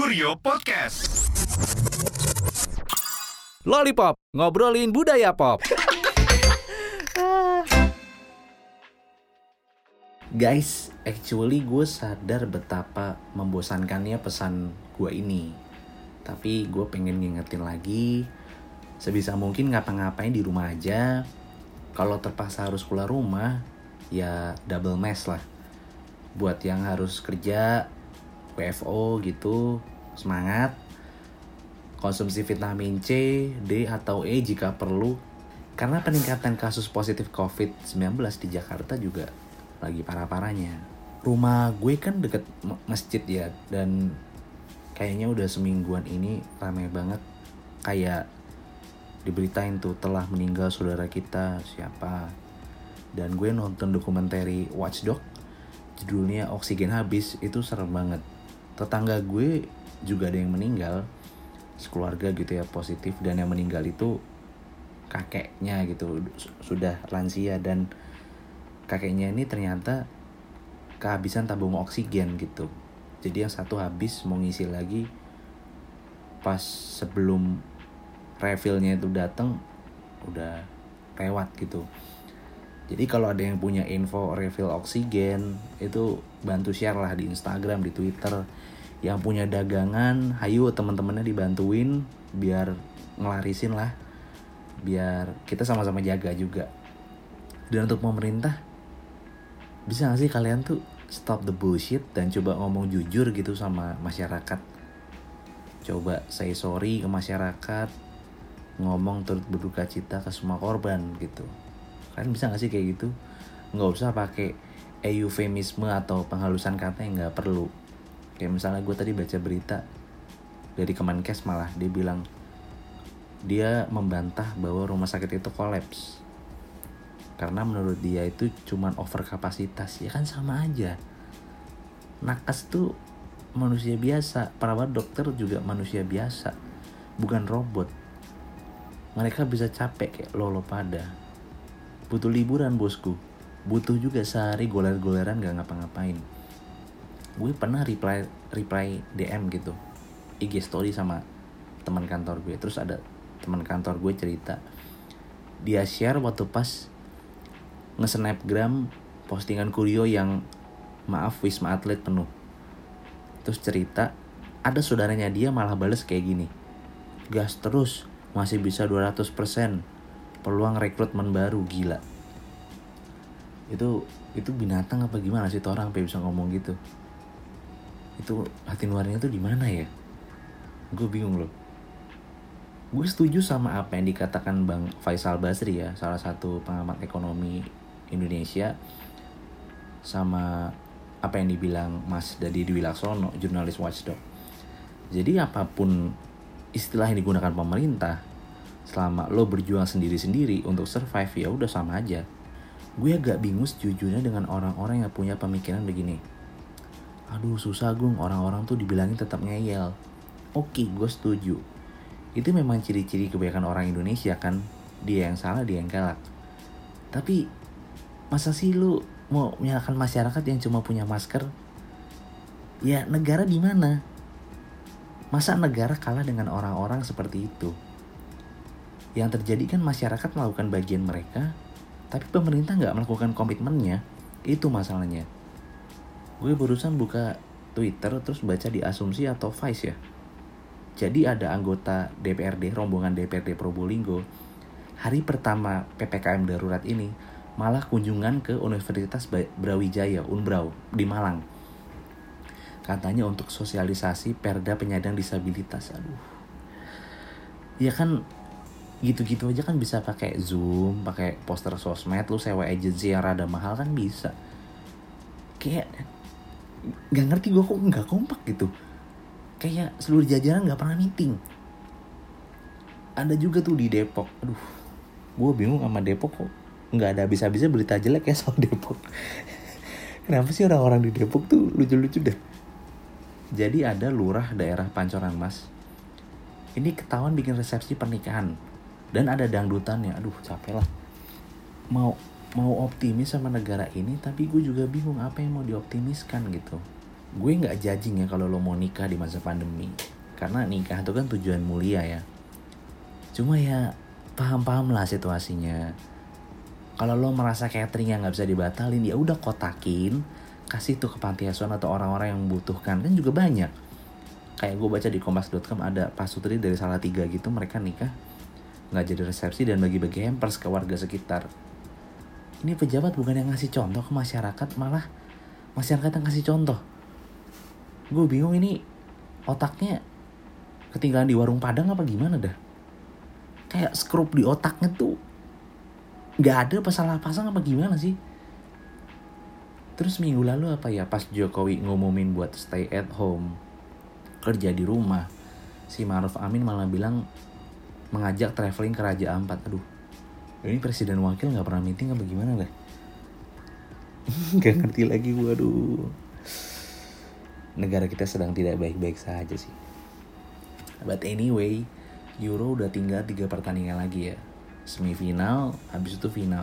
Kurio Podcast. Lollipop, ngobrolin budaya pop. Guys, actually gue sadar betapa membosankannya pesan gue ini. Tapi gue pengen ngingetin lagi, sebisa mungkin ngapa-ngapain di rumah aja. Kalau terpaksa harus keluar rumah, ya double mask lah. Buat yang harus kerja, WFO gitu, semangat. Konsumsi vitamin C, D, atau E jika perlu. Karena peningkatan kasus positif COVID-19 di Jakarta juga lagi parah-parahnya. Rumah gue kan deket masjid ya, dan kayaknya udah semingguan ini ramai banget. Kayak diberitain tuh telah meninggal saudara kita siapa. Dan gue nonton dokumenter Watchdog, judulnya Oksigen Habis, itu serem banget. Tetangga gue juga ada yang meninggal, sekeluarga gitu ya, positif. Dan yang meninggal itu kakeknya gitu, sudah lansia. Dan kakeknya ini ternyata kehabisan tabung oksigen gitu. Jadi yang satu habis, mau ngisi lagi, pas sebelum refillnya itu datang udah lewat gitu. Jadi kalau ada yang punya info refill oksigen, itu bantu share lah di Instagram, di Twitter. Yang punya dagangan, hayu teman-temannya dibantuin biar ngelarisin lah, biar kita sama-sama jaga juga. Dan untuk pemerintah, bisa gak sih kalian tuh stop the bullshit dan coba ngomong jujur gitu sama masyarakat. Coba say sorry ke masyarakat, ngomong turut berduka cita ke semua korban gitu. Kalian bisa gak sih kayak gitu? Gak usah pakai eufemisme atau penghalusan kata yang gak perlu. Kayak misalnya gue tadi baca berita dari Kemenkes, malah dia bilang dia membantah bahwa rumah sakit itu kolaps karena menurut dia itu cuman over kapasitas. Ya kan sama aja. Nakes tuh manusia biasa, perawat dokter juga manusia biasa, bukan robot. Mereka bisa capek kayak lo pada. Butuh liburan bosku. Butuh juga sehari goler-goleran gak ngapa-ngapain. Gue pernah reply DM gitu, IG story sama teman kantor gue. Terus ada teman kantor gue cerita, dia share waktu pas nge-snapgram postingan Kurio yang maaf Wisma Atlet penuh. Terus cerita, ada saudaranya dia malah bales kayak gini, gas terus, masih bisa 200%, peluang rekrutmen baru. Gila. Itu binatang apa gimana sih tuh orang sampai bisa ngomong gitu? Itu hati nuraninya tuh di mana ya? Gue bingung loh. Gue setuju sama apa yang dikatakan Bang Faisal Basri ya, salah satu pengamat ekonomi Indonesia, sama apa yang dibilang Mas Dadi Dwi Laksono, jurnalis Watchdog. Jadi apapun istilah yang digunakan pemerintah, selama lo berjuang sendiri-sendiri untuk survive, ya udah sama aja. Gue agak bingung sejujurnya dengan orang-orang yang punya pemikiran begini. Aduh susah Gung, orang-orang tuh dibilangin tetap ngeyel. Oke, gue setuju. Itu memang ciri-ciri kebanyakan orang Indonesia kan. Dia yang salah, dia yang galak. Tapi masa sih lu mau menyalahkan masyarakat yang cuma punya masker? Ya negara di mana? Masa negara kalah dengan orang-orang seperti itu? Yang terjadi kan masyarakat melakukan bagian mereka, tapi pemerintah gak melakukan komitmennya. Itu masalahnya. Gue barusan buka Twitter terus baca di Asumsi atau Vice ya. Jadi ada anggota DPRD, rombongan DPRD Probolinggo, hari pertama PPKM darurat ini malah kunjungan ke Universitas Brawijaya, Unbrau, di Malang. Katanya untuk sosialisasi perda penyandang disabilitas. Aduh. Ya kan gitu-gitu aja kan bisa pakai Zoom, pakai poster sosmed, lu sewa agensi yang rada mahal kan bisa. Kayak gak ngerti gue kok gak kompak gitu. Kayak seluruh jajaran gak pernah meeting. Ada juga tuh di Depok. Aduh, gue bingung sama Depok kok gak ada habis-habisnya berita jelek ya soal Depok. Kenapa sih orang-orang di Depok tuh lucu-lucu deh. Jadi ada lurah daerah Pancoran Mas, ini ketahuan bikin resepsi pernikahan dan ada dangdutannya. Aduh capek lah. Mau optimis sama negara ini, tapi gue juga bingung apa yang mau dioptimiskan gitu. gue nggak judging ya kalau lo mau nikah di masa pandemi, karena nikah itu kan tujuan mulia ya. Cuma ya paham-paham lah situasinya. Kalau lo merasa cateringnya nggak bisa dibatalin, ya udah kotakin, kasih tuh ke panti asuhan atau orang-orang yang membutuhkan, kan juga banyak. Kayak gue baca di kompas.com ada pasutri dari Salatiga gitu, mereka nikah nggak jadi resepsi dan bagi-bagi hampers ke warga sekitar. Ini pejabat bukan yang ngasih contoh ke masyarakat, malah masyarakat yang ngasih contoh. Gue bingung ini otaknya ketinggalan di warung Padang apa gimana dah. Kayak skrup di otaknya tuh nggak ada, apa salah pasang apa gimana sih. Terus minggu lalu apa ya, pas Jokowi ngumumin buat stay at home, kerja di rumah, si Ma'ruf Amin malah bilang mengajak traveling ke Raja Ampat. Aduh, ini presiden wakil nggak pernah meeting apa gimana deh. Gak ngerti lagi gue, aduh. Negara kita sedang tidak baik-baik saja sih. But anyway, Euro udah tinggal 3 pertandingan lagi ya. Semifinal, habis itu final.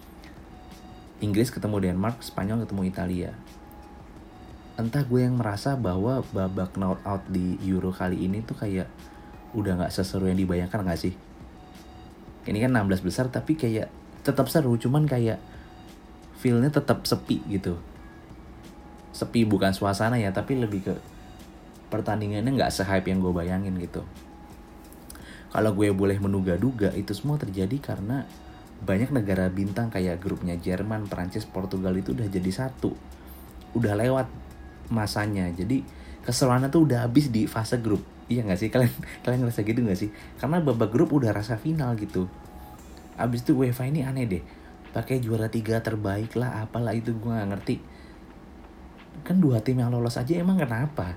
Inggris ketemu Denmark, Spanyol ketemu Italia. Entah gue yang merasa bahwa babak knockout di Euro kali ini tuh kayak udah gak seseru yang dibayangkan gak sih? Ini kan 16 besar tapi kayak tetap seru, cuman kayak feel-nya tetap sepi gitu. Sepi bukan suasana ya, tapi lebih ke pertandingannya gak se-hype yang gue bayangin gitu. Kalau gue boleh menduga-duga, itu semua terjadi karena banyak negara bintang kayak grupnya Jerman, Prancis, Portugal itu udah jadi satu. Udah lewat masanya. Jadi keseruannya tuh udah habis di fase grup. Iya gak sih? Kalian ngerasa gitu gak sih? Karena babak grup udah rasa final gitu. Abis itu UEFA ini aneh deh. Pakai juara 3 terbaik lah, apalah itu, gue gak ngerti. Kan 2 tim yang lolos aja, emang kenapa?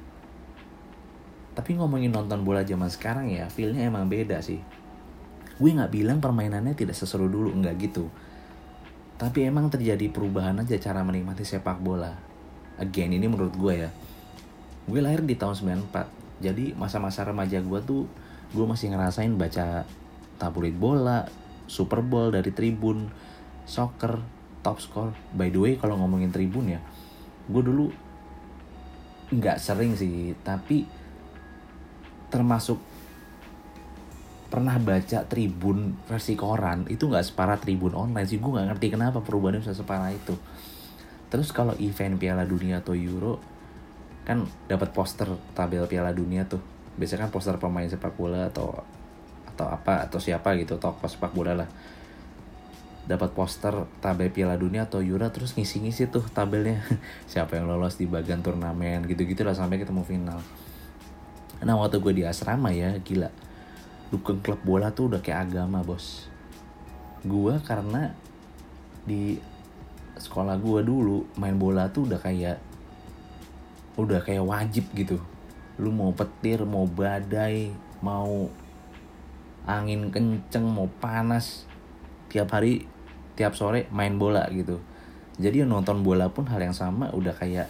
Tapi ngomongin nonton bola zaman sekarang ya, feel-nya emang beda sih. Gue gak bilang permainannya tidak seseru dulu, enggak gitu. Tapi emang terjadi perubahan aja cara menikmati sepak bola. Again, ini menurut gue ya. Gue lahir di tahun 94. Jadi masa-masa remaja gue tuh, gue masih ngerasain baca tabloid bola, Super Bowl dari tribun, soccer, top score. By the way, kalau ngomongin tribun ya, gue dulu gak sering sih, tapi termasuk pernah baca tribun versi koran. Itu gak separah tribun online sih. Gue gak ngerti kenapa perubahannya bisa separah itu. Terus kalau event Piala Dunia atau Euro, kan dapat poster tabel Piala Dunia tuh. Biasanya kan poster pemain sepak bola atau apa, atau siapa gitu, tokoh sepak bola lah. Dapat poster tabel Piala Dunia atau Euro, terus ngisi-ngisi tuh tabelnya. Siapa yang lolos di bagian turnamen, gitu-gitu lah sampai ketemu final. Nah waktu gue di asrama ya, gila, dukung klub bola tuh udah kayak agama bos. Gue karena di sekolah gue dulu main bola tuh udah kayak wajib gitu. Lu mau petir, mau badai, mau angin kenceng, mau panas, tiap hari, tiap sore main bola gitu. Jadi nonton bola pun hal yang sama, udah kayak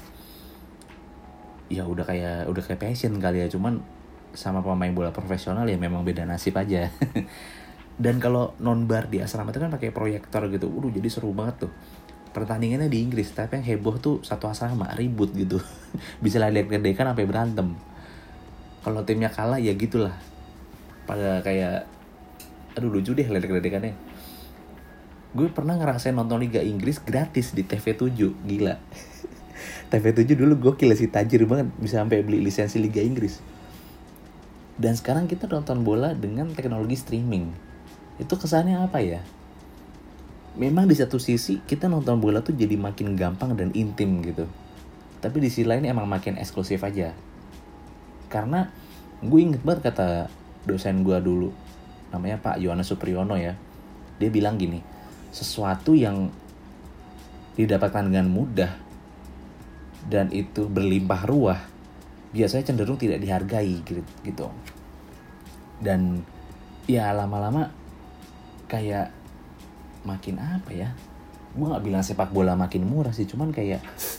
passion kali ya. Cuman sama pemain bola profesional ya memang beda nasib aja. Dan kalau non-bar di asrama itu kan pakai proyektor gitu. Jadi seru banget tuh. Pertandingannya di Inggris, tapi yang heboh tuh satu asrama ribut gitu. Bisa ledek-ledekan sampai berantem. Kalau timnya kalah ya gitulah. Pada kayak lucu deh ledek-ledekannya. Gue pernah ngerasain nonton Liga Inggris gratis di TV7, gila. TV7 dulu gokil sih, tajir banget, bisa sampai beli lisensi Liga Inggris. Dan sekarang kita nonton bola dengan teknologi streaming. Itu kesannya apa ya? Memang di satu sisi kita nonton bola tuh jadi makin gampang dan intim gitu. Tapi di sisi lain emang makin eksklusif aja. Karena gue inget banget kata dosen gue dulu, namanya Pak Yohanes Supriyono ya. Dia bilang gini, sesuatu yang didapatkan dengan mudah dan itu berlimpah ruah, biasanya cenderung tidak dihargai gitu. Dan ya lama-lama kayak makin apa ya, gue gak bilang sepak bola makin murah sih, cuman kayak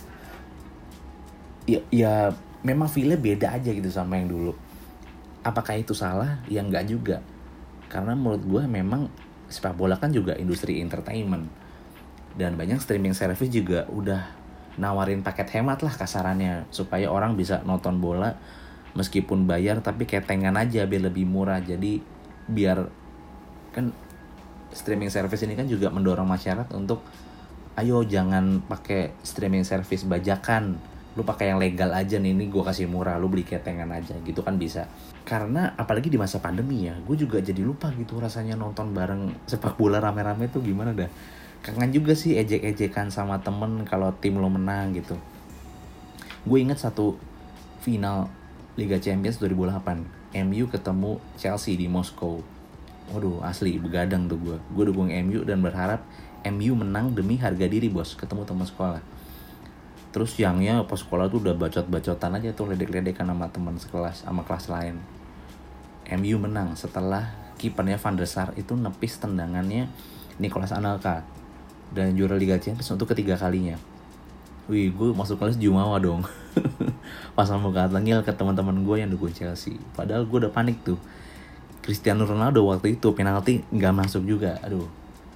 ya memang feel-nya beda aja gitu sama yang dulu. Apakah itu salah? Ya enggak juga. Karena menurut gue memang sepak bola kan juga industri entertainment. Dan banyak streaming service juga udah nawarin paket hemat lah kasarannya, supaya orang bisa nonton bola meskipun bayar tapi ketengan aja biar lebih murah. Jadi biar kan streaming service ini kan juga mendorong masyarakat untuk ayo jangan pakai streaming service bajakan, lu pakai yang legal aja nih, ini gue kasih murah, lu beli ketengan aja gitu kan bisa. Karena apalagi di masa pandemi ya, gue juga jadi lupa gitu rasanya nonton bareng sepak bola rame-rame tuh gimana dah. Kangen juga sih ejek-ejekan sama temen kalau tim lo menang gitu. Gue inget satu final Liga Champions 2008, MU ketemu Chelsea di Moskow. Waduh, asli begadang tuh gue. Gue dukung MU dan berharap MU menang demi harga diri bos, ketemu teman sekolah. Terus siangnya pas sekolah tuh udah bacot-bacotan aja tuh, ledek-ledekan sama teman sekelas, sama kelas lain. MU menang setelah kipernya Van der Sar itu nepis tendangannya Nicolas Anelka dan juara Liga Champions untuk ketiga kalinya. Wih, gue masuk kelas jumawa dong. Pasang muka tengil ke teman-teman gue yang dukung Chelsea. Padahal gue udah panik tuh. Cristiano Ronaldo waktu itu penalti nggak masuk juga. Aduh.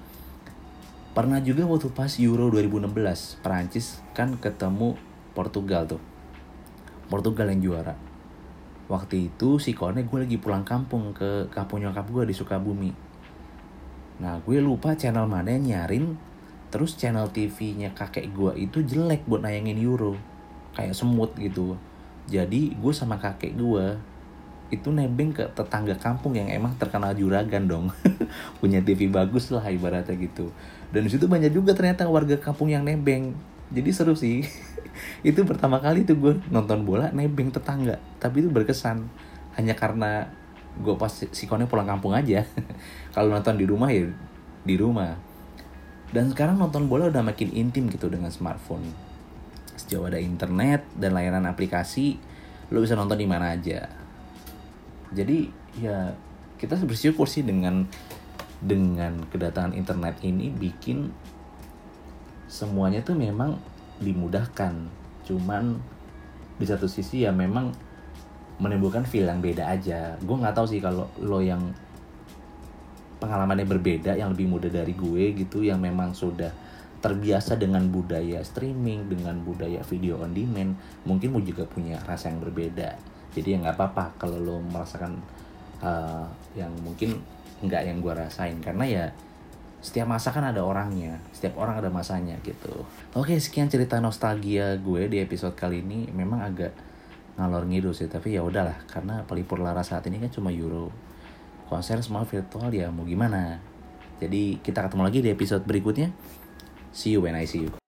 Pernah juga waktu pas Euro 2016, Perancis kan ketemu Portugal tuh. Portugal yang juara. Waktu itu si Kone gue lagi pulang kampung ke kampung nyokap gue di Sukabumi. Nah gue lupa channel mana yang nyarin. Terus channel TV-nya kakek gue itu jelek buat nayangin Euro, kayak semut gitu. Jadi gue sama kakek gue itu nebeng ke tetangga kampung yang emang terkenal juragan dong. Punya TV bagus lah ibaratnya gitu. Dan di situ banyak juga ternyata warga kampung yang nebeng. Jadi seru sih. Itu pertama kali tuh gue nonton bola nebeng tetangga. Tapi itu berkesan hanya karena gue pas Kone pulang kampung aja. Kalau nonton di rumah ya di rumah. Dan sekarang nonton bola udah makin intim gitu dengan smartphone. Sejauh ada internet dan layanan aplikasi, lo bisa nonton di mana aja. Jadi ya kita bersyukur sih dengan kedatangan internet ini bikin semuanya tuh memang dimudahkan. Cuman di satu sisi ya memang menimbulkan feel yang beda aja. Gue nggak tahu sih kalau lo yang pengalamannya berbeda, yang lebih muda dari gue gitu, yang memang sudah terbiasa dengan budaya streaming, dengan budaya video on demand, mungkin mau juga punya rasa yang berbeda. Jadi ya nggak apa-apa kalau lo merasakan yang mungkin nggak yang gue rasain, karena ya setiap masa kan ada orangnya, setiap orang ada masanya gitu. Oke, sekian cerita nostalgia gue di episode kali ini. Memang agak ngalor ngidul sih, tapi ya udahlah, karena pelipur lara saat ini kan cuma Euro. Konser semua virtual ya mau gimana. Jadi kita ketemu lagi di episode berikutnya. See you when I see you.